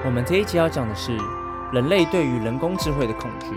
我们这一集要讲的是人类对于人工智慧的恐惧。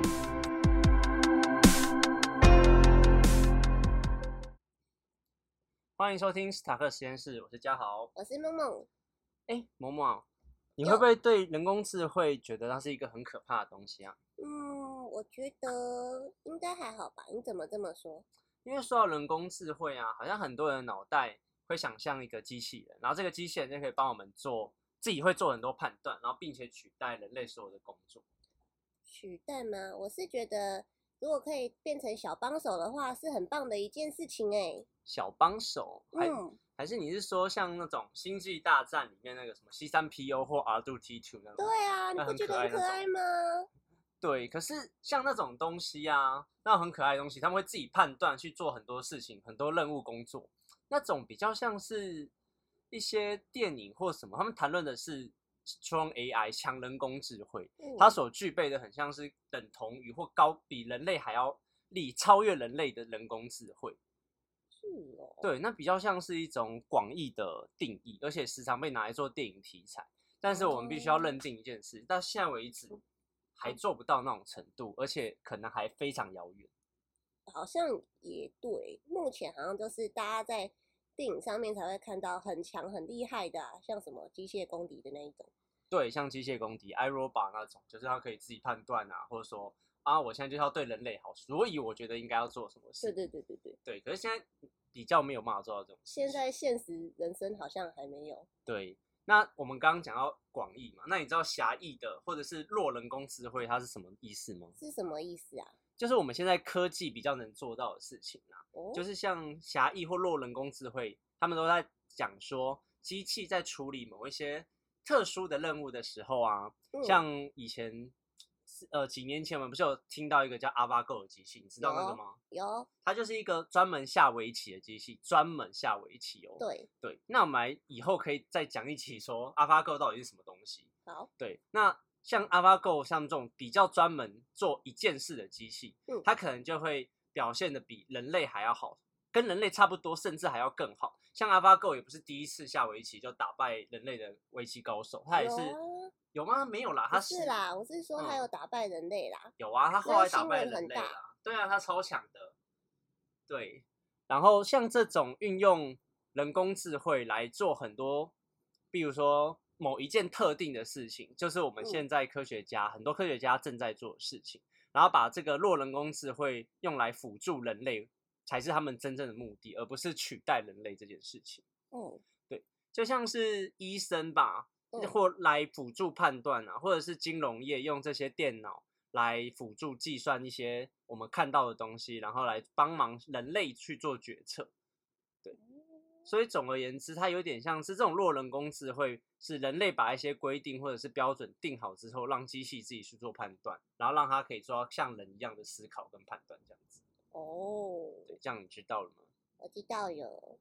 欢迎收听史塔克实验室，我是嘉豪， 我是梦梦。 萌萌，你会不会对人工智慧觉得它是一个很可怕的东西啊？ 我觉得应该还好吧。你怎么这么说？ 因为说到人工智慧啊，好像很多人的脑袋会想象一个机器人，然后这个机器人就可以帮我们自己会做很多判断，然后并且取代人类所有的工作。 取代吗？我是觉得，如果可以变成小帮手的话，是很棒的一件事情哎。 小帮手，还是你是说像那种星际大战里面那个什么 C3PO 或 R2-D2 那种？ 对啊，你不觉得很可爱吗？ 对，可是像那种东西啊，那种很可爱的东西，他们会自己判断去做很多事情，很多任务工作，那种比较像是一些电影或什么，他们谈论的是strong AI 强人工智慧，它所具备的很像是等同于或比人类还要超越人类的人工智慧。 是哦。 对，那比较像是一种广义的定义，而且时常被拿来做电影题材。但是我们必须要认定一件事，到现在为止还做不到那种程度，而且可能还非常遥远。 好像也对，目前好像就是大家在电影上面才会看到很强很厉害的像什么机械公敌的那一种。 对，像机械公敌 iRobot 那种，就是它可以自己判断啊，或者说啊，我现在就是要对人类好，所以我觉得应该要做什么事。对，可是现在比较没有办法做到这种事。 现在现实人生好像还没有。 对，那我们刚刚讲到广义嘛，那你知道狭义的或者是弱人工智慧它是什么意思吗？ 是什么意思啊？ 就是我们现在科技比较能做到的事情啊，就是像狭义或弱人工智慧，他们都在讲说，机器在处理某一些特殊的任务的时候啊，像以前几年前我们不是有听到一个叫 AlphaGo 的机器，你知道那个吗？ 有， 它就是一个专门下围棋的机器，专门下围棋哦。对，那我们以后可以再讲一期说 AlphaGo 到底是什么东西。 好， 对，那像 AlphaGo 像这种比较专门做一件事的机器，它可能就会表现的比人类还要好，跟人类差不多，甚至还要更好。像 AlphaGo 也不是第一次下围棋就打败人类的围棋高手，它也是有吗？没有啦，他是啦，我是说他有打败人类啦。 有啊，他后来打败人类啦。对啊，他超强的。对，然后像这种运用人工智慧来做很多，比如说某一件特定的事情，就是我们现在很多科学家正在做的事情，然后把这个弱人工智慧用来辅助人类，才是他们真正的目的，而不是取代人类这件事情。对，就像是医生吧，或来辅助判断啊，或者是金融业用这些电脑来辅助计算一些我们看到的东西，然后来帮忙人类去做决策。对，所以总而言之，它有点像是这种弱人工智慧，是人类把一些规定或者是标准定好之后，让机器自己去做判断，然后让它可以做到像人一样的思考跟判断这样子。对，这样你知道了吗？ 我知道有。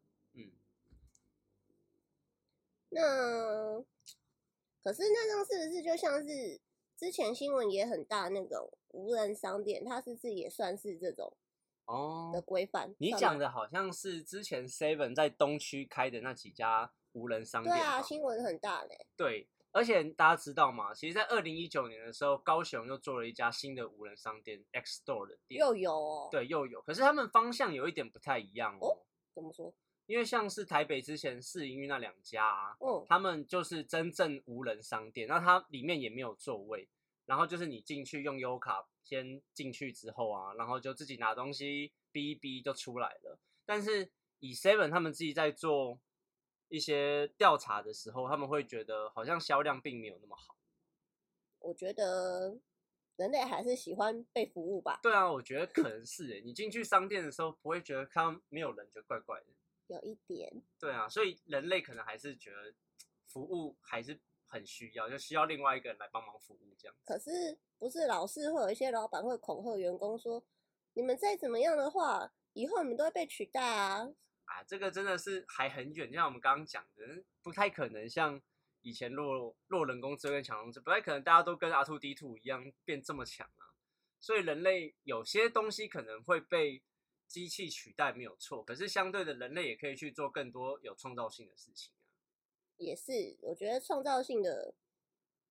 那可是那种是不是就像是之前新闻也很大那种无人商店，它是不是也算是这种的规范？ 你讲的好像是之前 Seven 在东区开的那几家无人商店。 对啊，新闻很大嘞。 对，而且大家知道吗？其实，在2019年的时候，高雄又做了一家新的无人商店 X Store 的店， 又有哦。 对，又有，可是他们方向有一点不太一样哦。 怎么说？ 因为像是台北之前试营运那2家啊，他们就是真正无人商店，那它里面也没有座位，然后就是你进去用优卡先进去之后啊，然后就自己拿东西逼一逼就出来了。但是以 Seven 他们自己在做一些调查的时候，他们会觉得好像销量并没有那么好。 我觉得人类还是喜欢被服务吧。 对啊，我觉得可能是你进去商店的时候不会觉得看到没有人就怪怪的。 有一点。 对啊，所以人类可能还是觉得服务还是很需要，就需要另外一个人来帮忙服务这样。 可是不是老是会有一些老板会恐吓员工说，你们再怎么样的话，以后你们都会被取代啊。 这个真的是还很远，就像我们刚刚讲的，不太可能像以前弱人工智慧跟强人工智慧，不太可能大家都跟 R2-D2 一样变这么强啊。所以人类有些东西可能会被机器取代没有错，可是相对的，人类也可以去做更多有创造性的事情啊。 也是，我觉得创造性的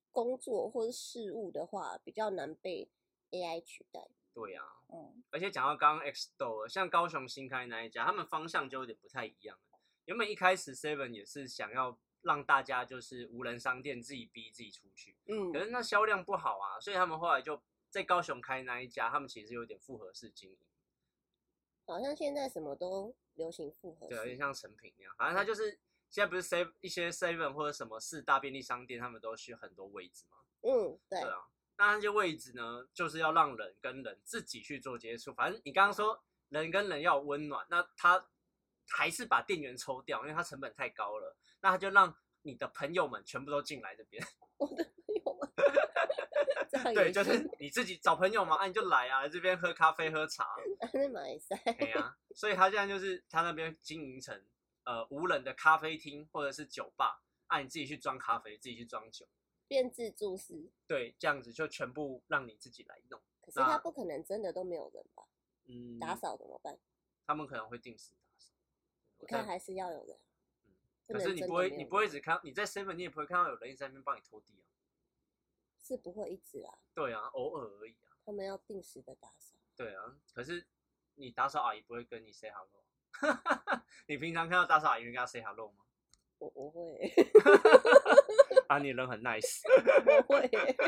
工作或是事物的话，比较难被 AI 取代。 对啊，而且讲到刚刚 X 豆，像高雄新开那一家，他们方向就有点不太一样。原本一开始 Seven 也是想要让大家就是无人商店自己逼自己出去，可是那销量不好啊，所以他们后来就在高雄开那一家，他们其实有点复合式经营。 好像现在什么都流行复合式， 对，有点像成品那样。反正它就是现在不是一些 Seven 或者什么4大便利商店，他们都需很多位置嘛。 对啊。那些位置呢，就是要让人跟人自己去做接触。反正你刚刚说人跟人要有温暖，那他还是把店员抽掉，因为他成本太高了。那他就让你的朋友们全部都进来这边。 我的朋友们， 对，就是你自己找朋友嘛，你就来啊，来这边喝咖啡喝茶。 那马来西亚。 对啊，所以他现在就是他那边经营成无人的咖啡厅或者是酒吧，你自己去装咖啡，自己去装酒。 变自助式， 对，这样子就全部让你自己来弄。 可是他不可能真的都没有人吧？打扫怎么办？ 他们可能会定时打扫。 你看还是要有人。 可是你不会一直看，你在 7 你也不会看到有人一直在那边帮你拖地啊。 是不会一直啦。 对啊，偶尔而已啊。 他们要定时的打扫。 对啊，可是你打扫阿姨不会跟你 say hello。你平常看到打扫阿姨会跟她 say hello 吗？ 我会。 你人很 nice。 我会。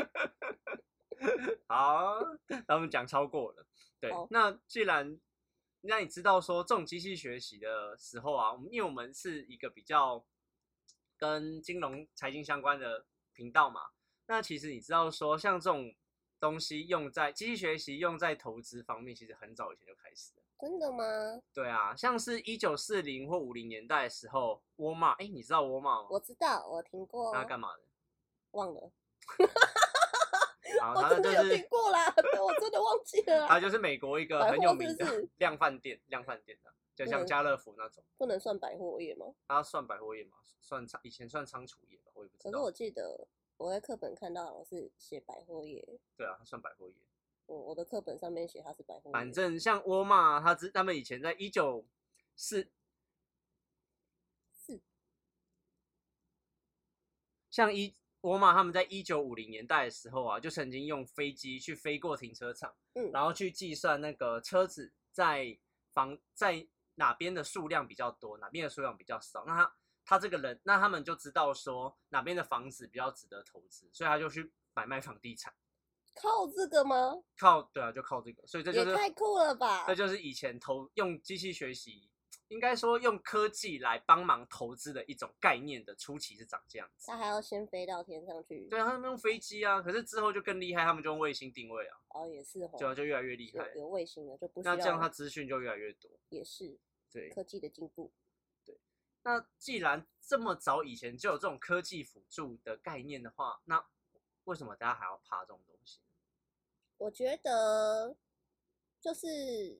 好，那我们讲超过了。对，那既然让你知道说这种机器学习的时候啊，因为我们是一个比较跟金融财经相关的频道嘛，那其实你知道说像这种东西用在机器学习用在投资方面，其实很早以前就开始了。 真的吗？ 对啊，像是1940或50年代的时候，沃尔玛，你知道沃尔玛吗？ 我知道，我听过。 那干嘛的？ 忘了。 我真的有听过啦，我真的忘记了。 它就是美国一个很有名的量贩店的，就像家乐福那种。 不能算百货业吗？ 它算百货业吗？以前算仓储业吧，我也不知道。 可是我记得我在课本看到好像是写百货业。 对啊，它算百货业。 我的课本上面写它是百货业。 反正像沃尔玛，他们以前在1944，像沃尔玛他们在1950年代的时候啊，就曾经用飞机去飞过停车场，然后去计算那个车子在哪边的数量比较多，哪边的数量比较少。那他这个人，那他们就知道说哪边的房子比较值得投资，所以他就去买卖房地产。 靠这个吗？ 对啊，就靠这个，所以这就是也太酷了吧！ 这就是以前用机器学习，应该说用科技来帮忙投资的一种概念的初期是长这样子。 他还要先飞到天上去。 对啊，他们用飞机啊，可是之后就更厉害，他们就用卫星定位啊。 也是哦。 就越来越厉害。 有卫星了就不需要。 那这样它资讯就越来越多。 也是。 对。 科技的进步。 对。那既然这么早以前就有这种科技辅助的概念的话，那为什么大家还要怕这种东西？ 我觉得就是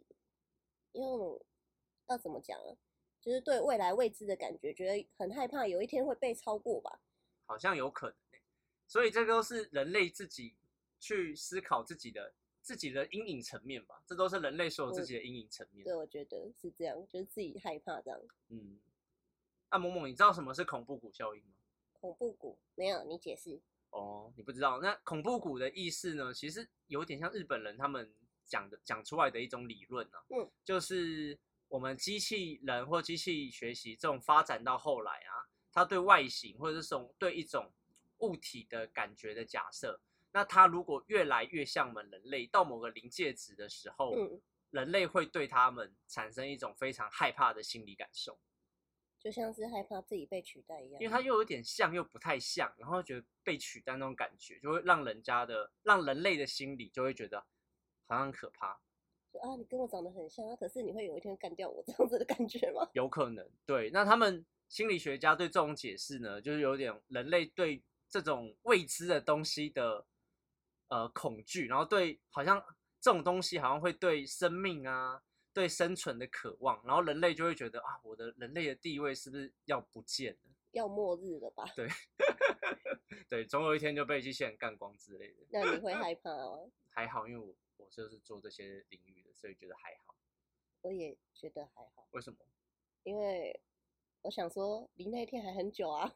要怎么讲啊？就是对未来未知的感觉，觉得很害怕，有一天会被超过吧？ 好像有可能所以这都是人类自己去思考自己的阴影层面吧，这都是人类所有自己的阴影层面。 对，我觉得是这样，就是自己害怕这样。 那萌萌，你知道什么是恐怖谷效应吗？ 恐怖谷没有，你解释。 你不知道？那恐怖谷的意思呢，其实有点像日本人他们讲出来的一种理论啊。就是我们机器人或机器学习这种发展到后来啊，它对外形或者是对一种物体的感觉的假设，那它如果越来越像我们人类到某个临界值的时候，人类会对他们产生一种非常害怕的心理感受。 就像是害怕自己被取代一样， 因为它又有点像又不太像，然后觉得被取代那种感觉，就会让人类的心理就会觉得好像很可怕。 你跟我长得很像可是你会有一天干掉我这样子的感觉吗？ 有可能，对。那他们心理学家对这种解释呢，就是有点人类对这种未知的东西的恐惧，然后对好像这种东西好像会对生命啊。对生存的渴望，然后人类就会觉得我的人类的地位是不是要不见了？ 要末日了吧？ 对，对，总有一天就被机器人干光之类的。 那你会害怕吗？ 还好，因为我就是做这些领域的，所以觉得还好。 我也觉得还好。 为什么？ 因为我想说，离那一天还很久啊。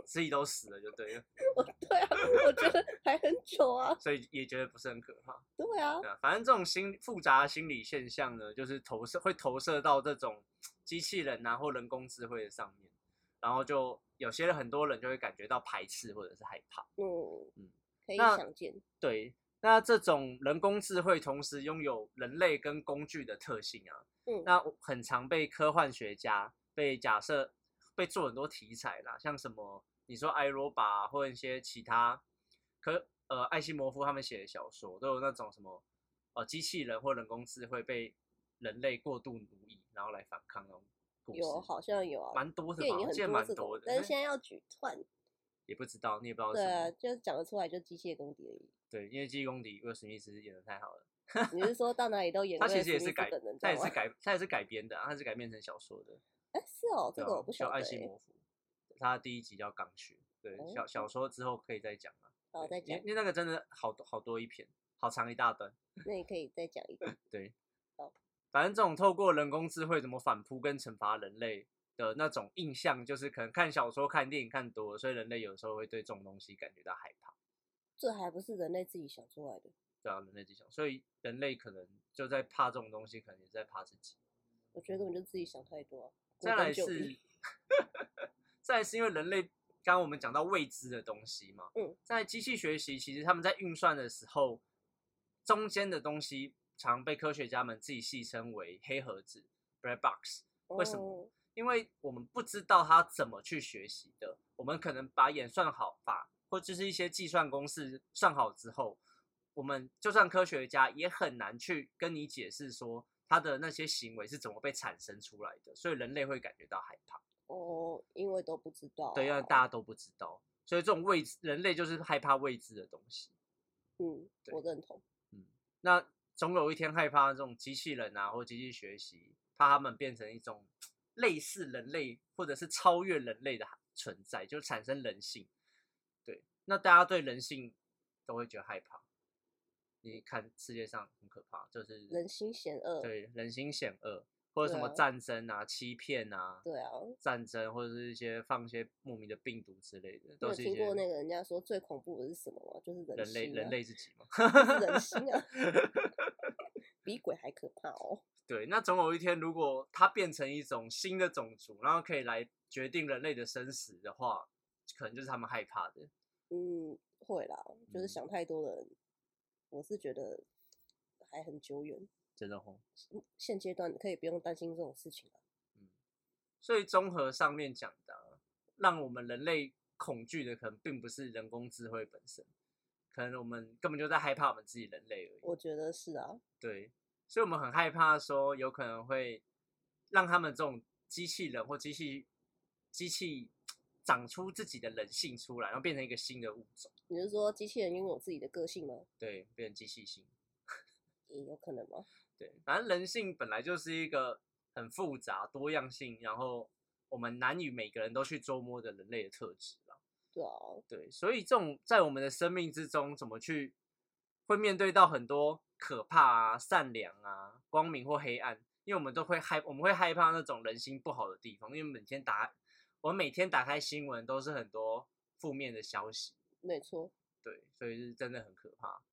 自己都死了就对了。 对啊，我觉得还很久啊， 所以也觉得不是很可怕。 对啊， 反正这种复杂的心理现象呢，就是会投射到这种机器人啊或人工智慧的上面，然后就有些很多人就会感觉到排斥或者是害怕。 可以想见。 对，那这种人工智慧同时拥有人类跟工具的特性啊，那很常被科幻学家假设被做很多题材啦，像什么你说艾罗巴或者一些其他艾西摩夫他们写的小说都有那种什么机器人或人工智慧被人类过度奴役，然后来反抗那种故事。 有，好像有啊， 蛮多的吧， 电影很多蛮多的， 但是现在要举串。 也不知道，你也不知道对啊，就是讲得出来就机械公敌而已。 对，因为机械公敌威尔史密斯演得太好了。 你是说到哪里都演？ 他其实也是他也是改编的，他是改编成小说的。 是哦，这个我不晓得。 叫艾西摩夫，他第一集叫《钢靴》。对，小说之后可以再讲啊。 好，再讲。 因为那个真的好多一篇，好长一大段。 那你可以再讲一个。 对，好，反正这种透过人工智慧怎么反扑跟惩罚人类的那种印象，就是可能看小说、看电影看多了，所以人类有时候会对这种东西感觉到害怕。 这还不是人类自己想出来的。 对啊，人类自己想，所以人类可能就在怕这种东西，可能也在怕自己。 我觉得根本就自己想太多。 再来是因为人类刚刚我们讲到未知的东西嘛，在机器学习，其实他们在运算的时候，中间的东西常被科学家们自己戏称为黑盒子 （black box）。为什么？因为我们不知道它怎么去学习的，我们可能把演算法或者是一些计算公式算好之后，我们就算科学家也很难去跟你解释说他的那些行为是怎么被产生出来的，所以人类会感觉到害怕。 因为都不知道。 对，因为大家都不知道，所以这种未知，人类就是害怕未知的东西。 我认同。 那总有一天害怕这种机器人啊，或机器学习，怕他们变成一种类似人类或者是超越人类的存在，就产生人性。对，那大家对人性都会觉得害怕。你看世界上很可怕，就是人心险恶。 对，人心险恶，或者什么战争啊、欺骗啊， 对啊， 战争或者是放一些莫名的病毒之类的， 都是一些。你有听过那个人家说最恐怖的是什么吗？就是人心。 人类自己嘛， 人心啊，比鬼还可怕哦。 对，那总有一天，如果它变成一种新的种族，然后可以来决定人类的生死的话，可能就是他们害怕的。 会啦，就是想太多的人，我是觉得还很久远。 真的哦。 现阶段可以不用担心这种事情了。 所以综合上面讲的，让我们人类恐惧的可能并不是人工智慧本身，可能我们根本就在害怕我们自己人类而已。 我觉得是啊。 对，所以我们很害怕说有可能会让他们这种机器人或机器长出自己的人性出来，然后变成一个新的物种。 你是说机器人拥有自己的个性吗？ 对，变成机器性。 也有可能吗？ 对，反正人性本来就是一个很复杂、多样性，然后我们难以每个人都去捉摸的人类的特质啦。 对啊。 对，所以这种在我们的生命之中，怎么去会面对到很多可怕啊、善良啊、光明或黑暗，因为我们会害怕那种人心不好的地方，因为我们每天打开新闻都是很多负面的消息。 没错。 对，所以是真的很可怕。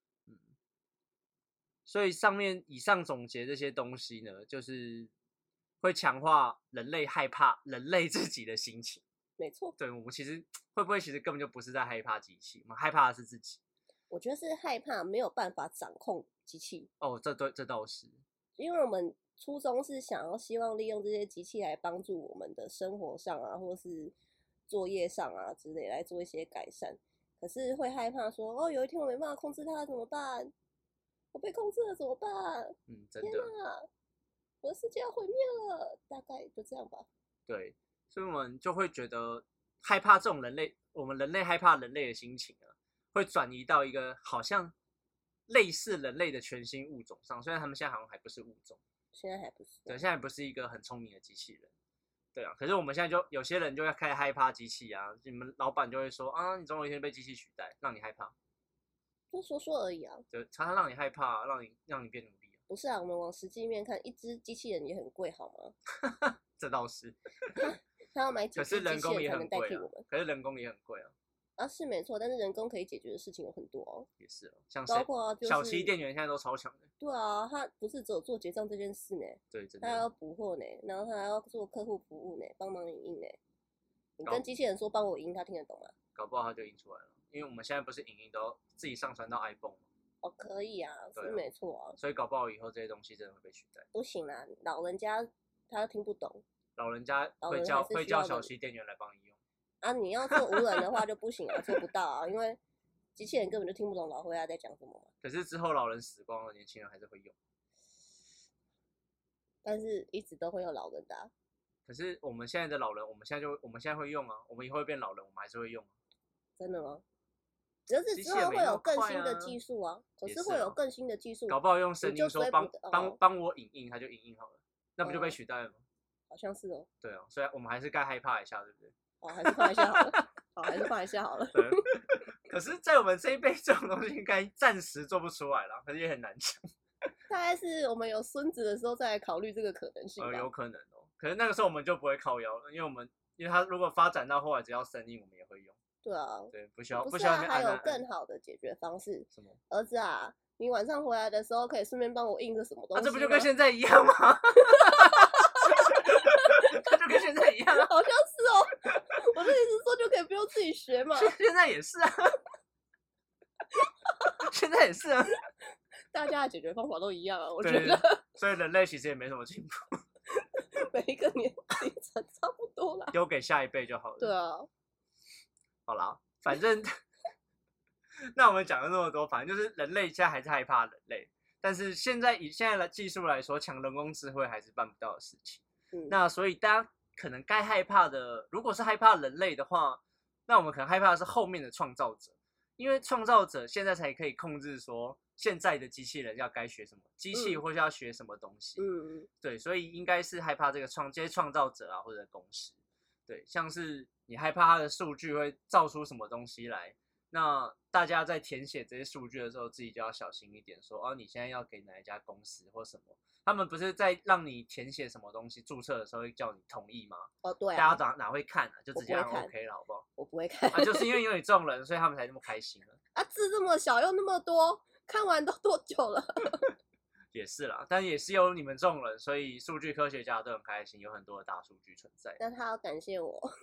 所以以上总结这些东西呢，就是会强化人类害怕人类自己的心情。 没错。 对，我们其实会不会其实根本就不是在害怕机器，我们害怕的是自己。 我觉得是害怕没有办法掌控机器。 这倒是。 因为我们初衷是希望利用这些机器来帮助我们的生活上啊，或是作业上啊之类来做一些改善。可是会害怕说，有一天我没办法控制它怎么办？我被控制了怎么办？ 真的。 天哪，我的世界要毁灭了，大概就这样吧。 对，所以我们就会觉得害怕这种我们人类害怕人类的心情啊，会转移到一个好像类似人类的全新物种上，虽然他们现在好像还不是物种。 现在还不是。 对，现在不是一个很聪明的机器人。对啊，可是我们现在就有些人就会开始害怕机器啊，你们老板就会说啊，你总有一天被机器取代，让你害怕。 就说说而已啊， 就常常让你害怕，让你变努力。 不是啊，我们往实际面看，一只机器人也很贵，好吗？ 这倒是。 他要买几可是只机器人才能代替我们。 可是人工也很贵啊。 啊，是没错，但是人工可以解决的事情有很多哦。 也是哦，像包括就是小七店员现在都超强的。 对啊，他不是只有做结账这件事呢， 对，真的。 他还要补货呢，然后他还要做客户服务呢，帮忙影印呢。你跟机器人说帮我影，他听得懂吗？ 搞不好他就印出来了，因为我们现在不是影音都自己上传到 iPhone 吗？ 哦，可以啊，是没错啊。 所以搞不好以后这些东西真的会被取代。 不行啦，老人家他听不懂。 老人家会叫小七店员来帮你用。 啊，你要做无人的话就不行啊，做不到啊，因为机器人根本就听不懂老灰啊在讲什么嘛。 可是之后老人死光了，年轻人还是会用。 但是一直都会有老人的啊。 可是我们现在的老人，我们现在会用啊，我们以后会变老人，我们还是会用啊。 真的吗？只是之后会有更新的技术啊，可是会有更新的技术， 搞不好用声音说帮我影印，他就影印好了，那不就被取代了吗？ 好像是哦。 对啊，所以我们还是该害怕一下，对不对？ 哦，还是怕一下好了。好，还是怕一下好了。 对。可是，在我们这一辈，这种东西应该暂时做不出来了，可是也很难讲。 大概是我们有孙子的时候再来考虑这个可能性吧。 有可能哦。可是那个时候我们就不会靠腰了，因为他如果发展到后来只要声音，我们也会用。 对啊。 对，不需要。 不是啊，还有更好的解决方式。 什么？ 儿子啊，你晚上回来的时候可以顺便帮我印个什么东西？ 这不就跟现在一样吗？这就跟现在一样啊。 好像是哦。我的意思说就可以不用自己学嘛。 现在也是啊。现在也是啊。 大家的解决方法都一样啊，我觉得。 所以人类其实也没什么进步。 每一个年龄层差不多啦， 丢给下一辈就好了。 对啊。 好啦，反正那我们讲了那么多，反正就是人类现在还是害怕人类，但是以现在的技术来说，抢人工智慧还是办不到的事情。那所以大家可能该害怕的，如果是害怕人类的话，那我们可能害怕的是后面的创造者，因为创造者现在才可以控制说现在的机器人要该学什么，机器或是要学什么东西。对，所以应该是害怕这些创造者啊或者公司。对，像是你害怕它的数据会造出什么东西来，那大家在填写这些数据的时候，自己就要小心一点说，哦，你现在要给哪一家公司或什么，他们不是在让你填写什么东西注册的时候会叫你同意吗？ 哦，对啊。 大家哪会看啊？就直接按 OK 了，好不好？ 我不会看啊，就是因为有你这种人，所以他们才那么开心了。 啊，字这么小又那么多，看完都多久了？ 也是啦，但也是有你们这种人，所以数据科学家都很开心，有很多的大数据存在。 那他要感谢我。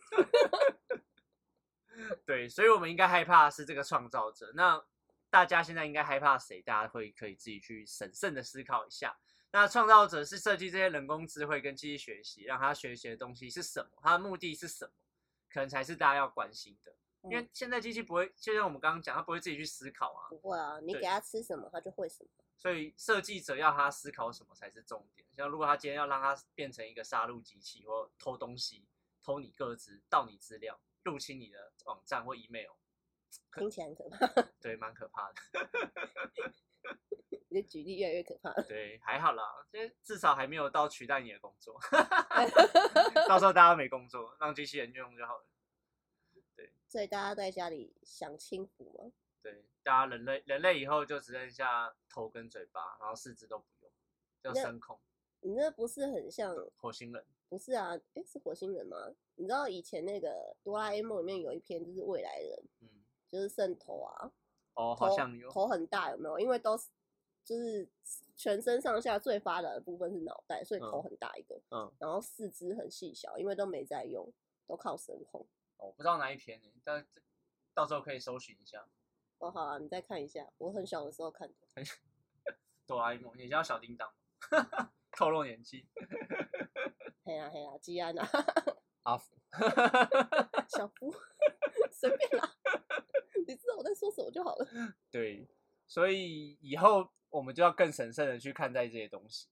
对，所以我们应该害怕的是这个创造者。那大家现在应该害怕谁？大家可以自己去审慎的思考一下。那创造者是设计这些人工智慧跟机器学习，让他学习的东西是什么？他的目的是什么？可能才是大家要关心的。因为现在机器不会，就像我们刚刚讲，它不会自己去思考啊。 不会啊，你给它吃什么，它就会什么。 所以设计者要他思考什么才是重点。像如果他今天要让它变成一个杀戮机器，或偷东西、偷你个资、盗你资料、入侵你的网站或 email， 听起来很可怕。 对，蛮可怕的。 你的举例越来越可怕了。 对，还好啦，至少还没有到取代你的工作。到时候大家没工作，让机器人用就好了。对， 所以大家在家里享清福吗？ 对，大家人类以后就只剩下头跟嘴巴，然后四肢都不用，就升空。 你那不是很像火星人？ 不是啊，是火星人吗？你知道以前那个哆啦 A 梦里面有一篇就是未来人，就是剩头啊。 哦，好像有。 头很大，有没有？因为都是就是全身上下最发达的部分是脑袋，所以头很大一个。然后四肢很细小，因为都没在用，都靠声控。 我不知道哪一篇呢，但到时候可以搜寻一下。 哦，好啊，你再看一下，我很小的时候看的。 哆啦 A 梦，你叫小叮当吗？透露年纪。 嘿啦，基安啊。 阿福。 小夫。随便啦。你知道我在说什么就好了。 对，所以以后我们就要更审慎的去看待这些东西。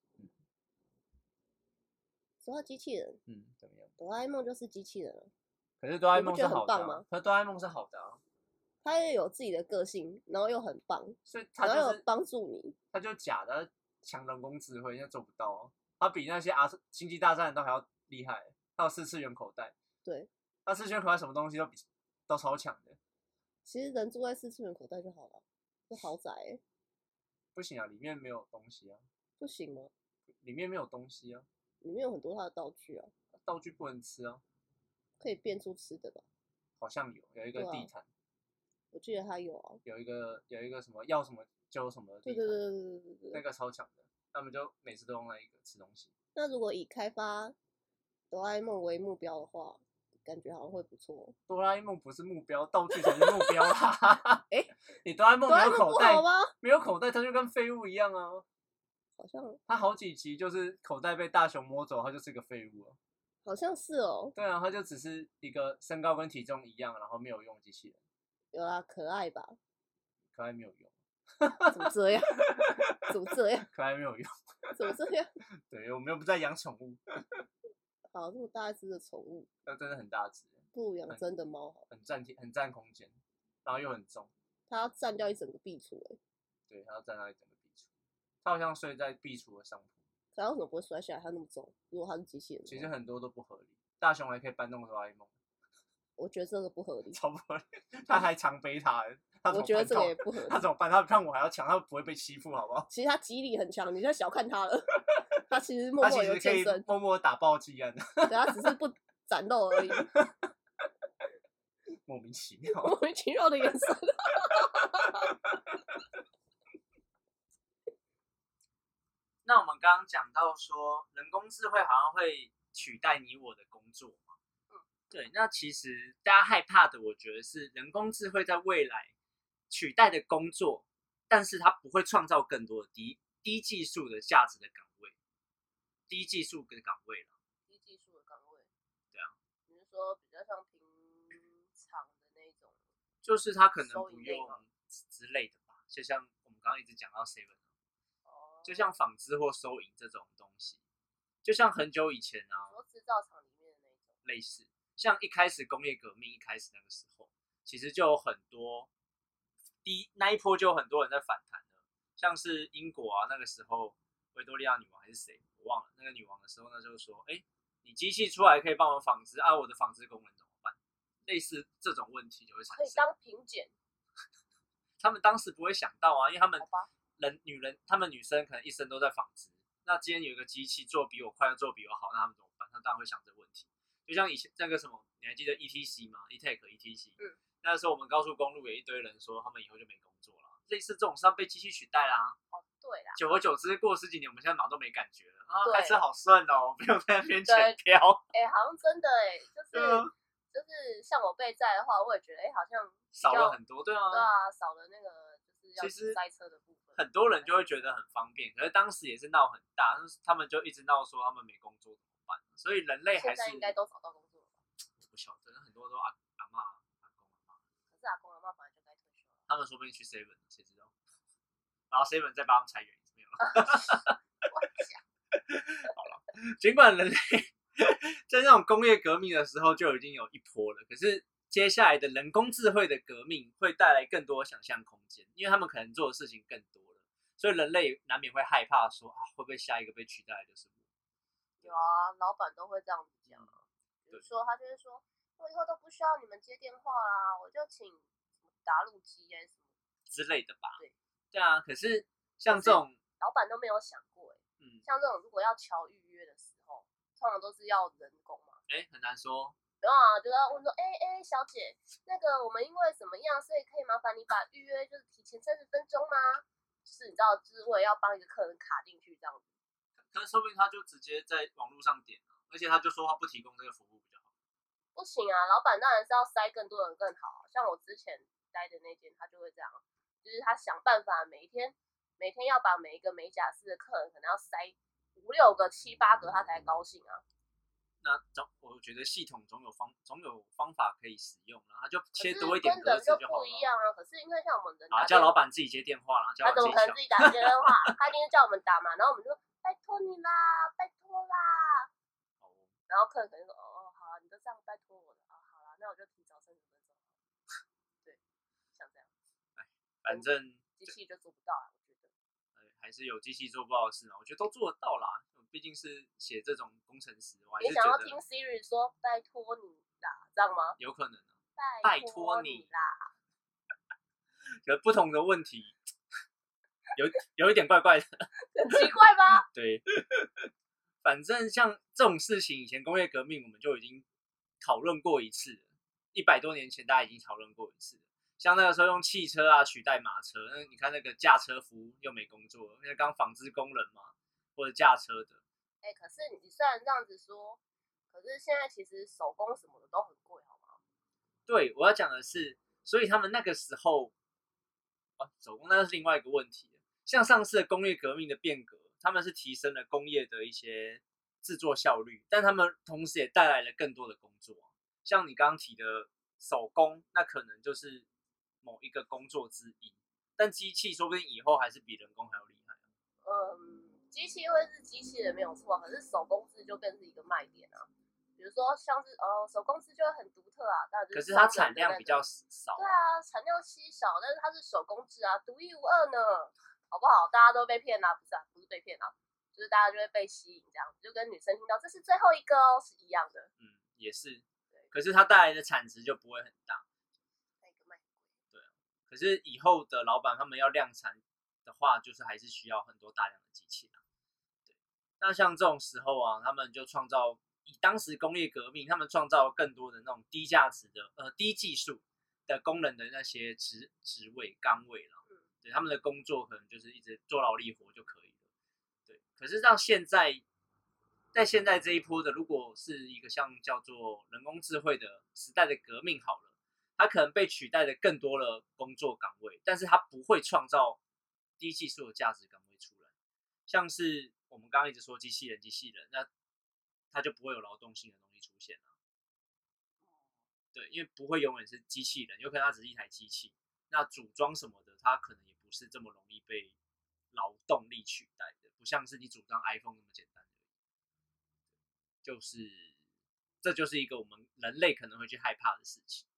说到机器人， 怎么样？ 哆啦 A 梦就是机器人啊。 可是哆啦 A 梦是好的， 你不觉得很棒吗？ 可是哆啦 A 梦是好的啊。 他也有自己的个性，然后又很棒， 所以他然后有帮助你。 他就假的强人工智慧，现在做不到啊。他比那些星际大战都还要厉害，他有4次元口袋。 对， 他4次元口袋什么东西都超强的。 其实人住在4次元口袋就好了，就豪宅欸。 不行啊，里面没有东西啊。 不行吗？ 里面没有东西啊。 里面有很多他的道具啊。 道具不能吃啊。 可以变出吃的吧？ 好像有一个地毯， 我记得它有啊， 有一个什么要什么就什么的地毯， 对， 那个超强的，他们就每次都用那一个吃东西。 那如果以开发哆啦 A 梦为目标的话，感觉好像会不错。 哆啦 A 梦不是目标，道具才是目标啦。你哆啦 A 梦没有口袋吗？ 没有口袋，它就跟废物一样啊。 好像它好几集就是口袋被大雄摸走，它就是个废物啊。 好像是哦。 对啊，它就只是一个身高跟体重一样，然后没有用机器人。 有啊，可爱吧？ 可爱没有用。 怎么这样？怎么这样？ 可爱没有用。 怎么这样？ 对，我们又不在养宠物。 好，这么大只的宠物， 那真的很大只。 不如养真的猫好。 很占空间，然后又很重。 它要占掉一整个壁橱对，它要占到一整个壁橱。它好像睡在壁橱的上铺。 可它为什么不会摔下来？它那么重，如果它是机器人， 其实很多都不合理。大雄还可以搬动哆啦 A 梦。 我觉得这个不合理， 超不合理。他还常背他， 我觉得这个也不合理。 他怎么办？他看我还要强，他不会被欺负，好不好？ 其实他肌力很强，你在小看他了。他其实默默有健身， 默默打爆技安。 对，他只是不展露而已。 莫名其妙， 莫名其妙的眼神。 那我们刚刚讲到说，人工智慧好像会取代你我的工作嘛？对。那其实大家害怕的，我觉得是人工智慧在未来取代的工作，但是它不会创造更多的低技术的价值的岗位，低技术的岗位了。 低技术的岗位， 对啊。 你是说比较像平常的那种？ 就是他可能不用之类的吧，就像我们刚刚一直讲到 7，就像纺织或收银这种东西，就像很久以前啊， 说制造厂里面的那种， 类似，像一开始工业革命一开始那个时候，其实就有很多那一波就有很多人在反弹了，像是英国啊，那个时候维多利亚女王还是谁，我忘了，那个女王的时候，那就是说，你机器出来可以帮我纺织啊，我的纺织工人怎么办？类似这种问题就会产生。可以当平剪。 他们当时不会想到啊，因为他们他们女生可能一生都在纺织，那今天有一个机器做比我快，做比我好，那他们怎么办？他当然会想这个问题。就像以前那个什么，你还记得 ETC 吗 ？ETC，那时候我们高速公路也一堆人说他们以后就没工作了，类似这种是要被机器取代啦。 哦，对啦。 久而久之，过10几年，我们现在马上都没感觉了啊，开车好顺哦，不用在那边前飘。 好像真的就是像我被载的话，我也觉得好像少了很多，对啊， 少了那个就是要塞车的部分。 很多人就会觉得很方便，可是当时也是闹很大，他们就一直闹说他们没工作怎么办？所以人类还是现在应该都找到工作了吧？ 我不晓得，很多都阿公阿嬷。 可是阿公阿嬷本来就该退休了。 他们说不定去 7， 谁知道？然后 7再把他们裁员，没有了。好了，尽管人类在那种工业革命的时候就已经有一波了，可是接下来的人工智慧的革命会带来更多想象空间，因为他们可能做的事情更多了，所以人类难免会害怕说会不会下一个被取代的就是我？ 有啊，老板都会这样子讲啊。比如说他就会说，我以后都不需要你们接电话啦，我就请什么打录机什么之类的吧。 对啊，可是像这种老板都没有想过像这种如果要敲预约的时候，通常都是要人工嘛。 很难说。 没有啊，就要问说，小姐，那个我们因为怎么样，所以可以麻烦你把预约就是提前30分钟吗？就是你知道，就是为了要帮一个客人卡进去这样子。 可是说不定他就直接在网络上点了，而且他就说他不提供这个服务比较好。 不行啊，老板当然是要塞更多人更好。像我之前待的那间，他就会这样，就是他想办法每天要把每一个美甲师的客人可能要塞5、6个、7、8个，他才高兴啊。 那我觉得系统总有方法可以使用啦，他就切多一点格子就好了。 不一样啊，可是因为像我们人叫老板自己接电话啦， 他怎么可能自己打电话？他一定是叫我们打嘛，然后我们就说拜托你啦，拜托啦。然后客人可能说好啊，你都这样拜托我了啊，好啦，那我就提早30分钟。对，像这样。 反正机器就做不到啦，我觉得。 还是有机器做不到的事嘛，我觉得都做得到啦。毕竟是写这种工程师，我还是觉得。 你想要听 Siri 说拜托你啦，这样吗？ 有可能拜托你啦。 有不同的问题，有一点怪怪的。 很奇怪吧？ 对。反正像这种事情，以前工业革命我们就已经讨论过一次了，100多年前大家已经讨论过一次了。像那个时候用汽车啊取代马车，那你看那个驾车服又没工作了，因为刚纺织工人嘛，或者驾车的。 可是你虽然这样子说，可是现在其实手工什么的都很贵，好吗？ 对，我要讲的是，所以他们那个时候，手工那是另外一个问题。像上次的工业革命的变革，他们是提升了工业的一些制作效率，但他们同时也带来了更多的工作。像你刚刚提的手工，那可能就是某一个工作之一，但机器说不定以后还是比人工还要厉害。 机器会是机器人没有错，可是手工制就更是一个卖点啊。比如说像是手工制就会很独特啊，当然就是可是它产量比较少。 对啊，产量稀少，但是它是手工制啊，独一无二呢，好不好？大家都被骗啊，不是被骗啊，就是大家就会被吸引这样，就跟女生听到这是最后一个哦是一样的。 也是。可是它带来的产值就不会很大。对啊。可是以后的老板他们要量产的话，就是还是需要很多大量的机器啊。对。那像这种时候啊，他们就创造。以当时工业革命，他们创造更多的那种低价值的低技术的工人的那些职位岗位了。对，他们的工作可能就是一直做劳力活就可以了。对，可是让现在这一波的，如果是一个像叫做人工智慧的时代的革命好了，它可能被取代的更多了工作岗位，但是它不会创造低技术的价值岗位出来。像是我们刚刚一直说机器人，那它就不会有劳动性的东西出现了。对，因为不会永远是机器人，有可能它只是一台机器，那组装什么的，它可能也不是这么容易被劳动力取代的，不像是你组装 iPhone 那么简单。这就是一个我们人类可能会去害怕的事情。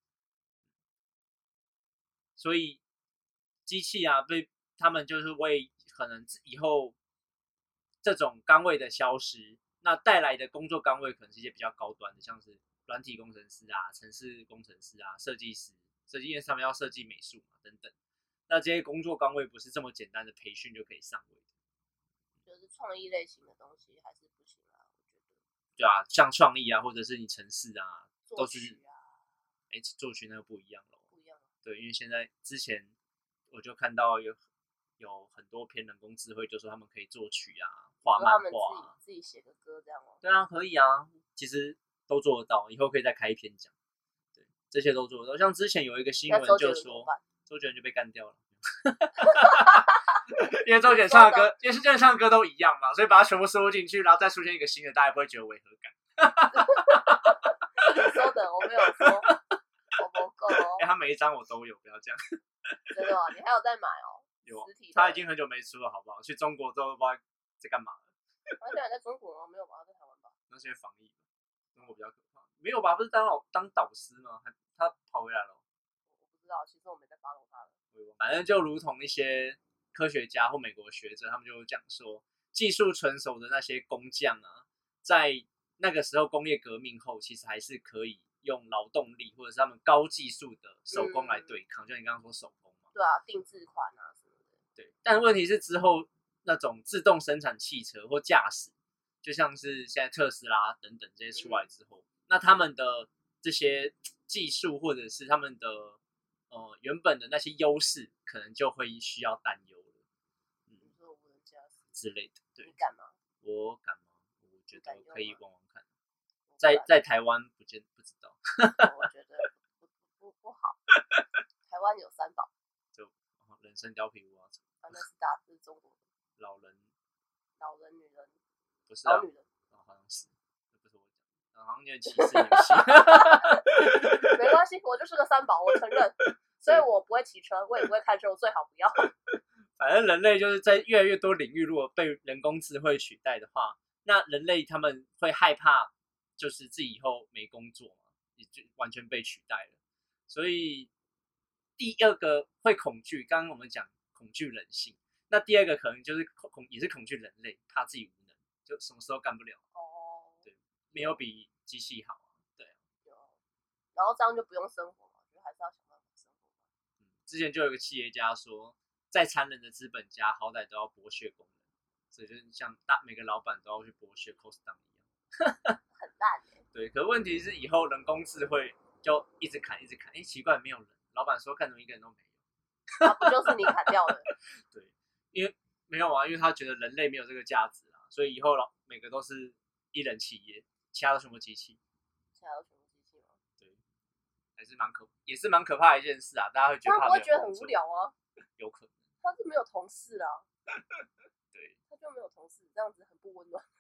所以机器啊，被他们就是为可能以后这种岗位的消失，那带来的工作岗位可能是一些比较高端的，像是软体工程师啊、程式工程师啊、设计师，因为他们要设计美术嘛等等。那这些工作岗位不是这么简单的培训就可以上位的。 就是创意类型的东西还是不行啊，我觉得。 对啊，像创意啊，或者是你程式啊，都是作曲那个不一样咯。 不一样。 对，因为现在之前我就看到有很多偏人工智慧，就说他们可以作曲啊、画漫画啊， 自己写个歌这样哦。 对啊，可以啊，其实都做得到，以后可以再开一篇讲。对，这些都做得到。像之前有一个新闻就说，周杰伦就被干掉了。因为周杰伦唱的歌，因为周杰伦唱的歌都一样嘛，所以把它全部收入进去，然后再出现一个新的，大家也不会觉得违和感。 你说的，我没有说，我不够哦。 他每一张我都有，不要这样。 真的吗？你还有在买哦？ 有，他已经很久没出了，好不好？去中国之后不知道在干嘛了。 他现在在中国吗？没有吧？在台湾吧？ 那是因为防疫，中国比较可怕。没有吧？不是当导师吗？他跑回来了。 我不知道，其实我没在 follow 他了。 反正就如同一些科学家或美国学者，他们就讲说，技术成熟的那些工匠啊，在那个时候工业革命后，其实还是可以用劳动力或者是他们高技术的手工来对抗。就你刚刚说手工嘛， 对啊，定制款啊什么的。 对，但问题是之后那种自动生产汽车或驾驶，就像是现在特斯拉等等这些出来之后，那他们的这些技术或者是他们的原本的那些优势，可能就会需要担忧了。 你说无人驾驶之类的，对。 你敢吗？ 我敢吗？我觉得可以玩玩看。在台湾不知道。 我觉得不好。台湾有三宝， 就人参貂皮乌啊。 那是中国的。 老人、 女人， 不是啊？ 老女人， 好像是，不是我讲，好像有点歧视女性。 没关系，我就是个三宝，我承认。所以我不会骑车，我也不会开车，我最好不要。 反正人类就是在越来越多领域，如果被人工智慧取代的话，那人类他们会害怕，就是自己以后没工作嘛，也就完全被取代了。所以第二个会恐惧，刚刚我们讲恐惧人性，那第二个可能就是也是恐惧人类，怕自己无能，就什么时候干不了。对，没有比机器好啊。对啊。 然后这样就不用生活嘛，就还是要想办法生活。 之前就有一个企业家说，再残忍的资本家，好歹都要剥削工人，所以就是像每个老板都要去剥削 cost down 一样。 很烂对，可问题是以后人工智慧就一直砍，奇怪，没有人。老板说看怎么一个人都没有， 不就是你砍掉的？ 对，因为没有啊，因为他觉得人类没有这个价值啊，所以以后每个都是一人企业，其他都全部机器。 其他都全部机器吗？ 对，也是蛮可怕的一件事啊，大家会觉得他不会觉得很无聊吗？ 有可能， 他是没有同事啊。 对， 他就没有同事，这样子很不温暖，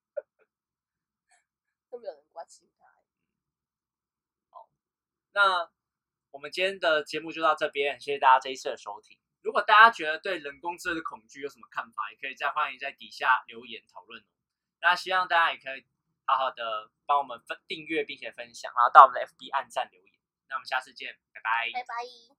都没有人关心他。 好，那我们今天的节目就到这边，谢谢大家这一次的收听。如果大家觉得对人工智能的恐惧有什么看法，也可以欢迎在底下留言讨论。那希望大家也可以好好的帮我们订阅并且分享，然后到我们的 FB 按赞留言。那我们下次见，拜拜。 拜拜。